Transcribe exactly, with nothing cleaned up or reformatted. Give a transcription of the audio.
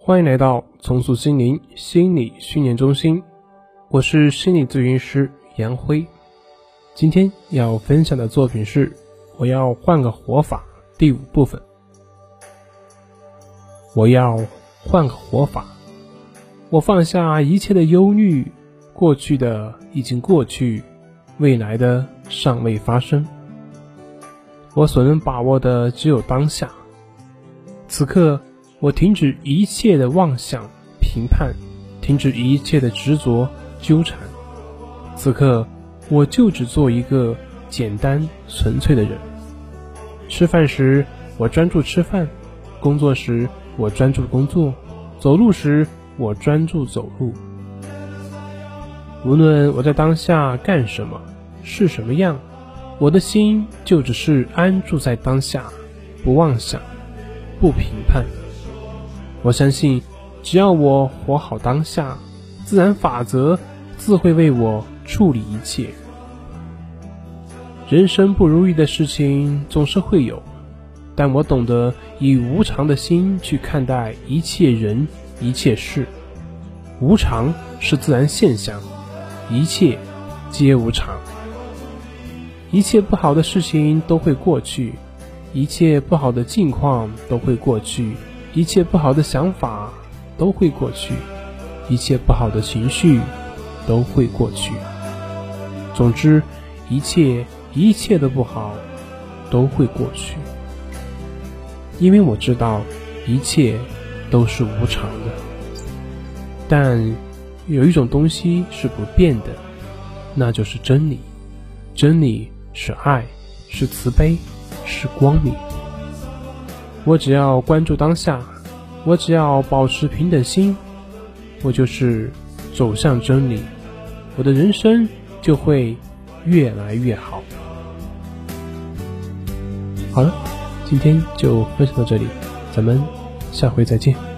欢迎来到重塑心灵心理训练中心，我是心理咨询师杨辉。今天要分享的作品是我要换个活法第五部分。我要换个活法，我放下一切的忧虑，过去的已经过去，未来的尚未发生。我所能把握的只有当下。此刻我停止一切的妄想评判，停止一切的执着纠缠。此刻我就只做一个简单纯粹的人。吃饭时我专注吃饭，工作时我专注工作，走路时我专注走路。无论我在当下干什么，是什么样，我的心就只是安住在当下，不妄想，不评判。我相信只要我活好当下，自然法则自会为我处理一切。人生不如意的事情总是会有，但我懂得以无常的心去看待一切人一切事。无常是自然现象，一切皆无常。一切不好的事情都会过去，一切不好的境况都会过去，一切不好的想法都会过去，一切不好的情绪都会过去。总之，一切一切的不好都会过去。因为我知道一切都是无常的，但有一种东西是不变的，那就是真理。真理是爱，是慈悲，是光明。我只要关注当下，我只要保持平等心，我就是走向真理，我的人生就会越来越好。好了，今天就分享到这里，咱们下回再见。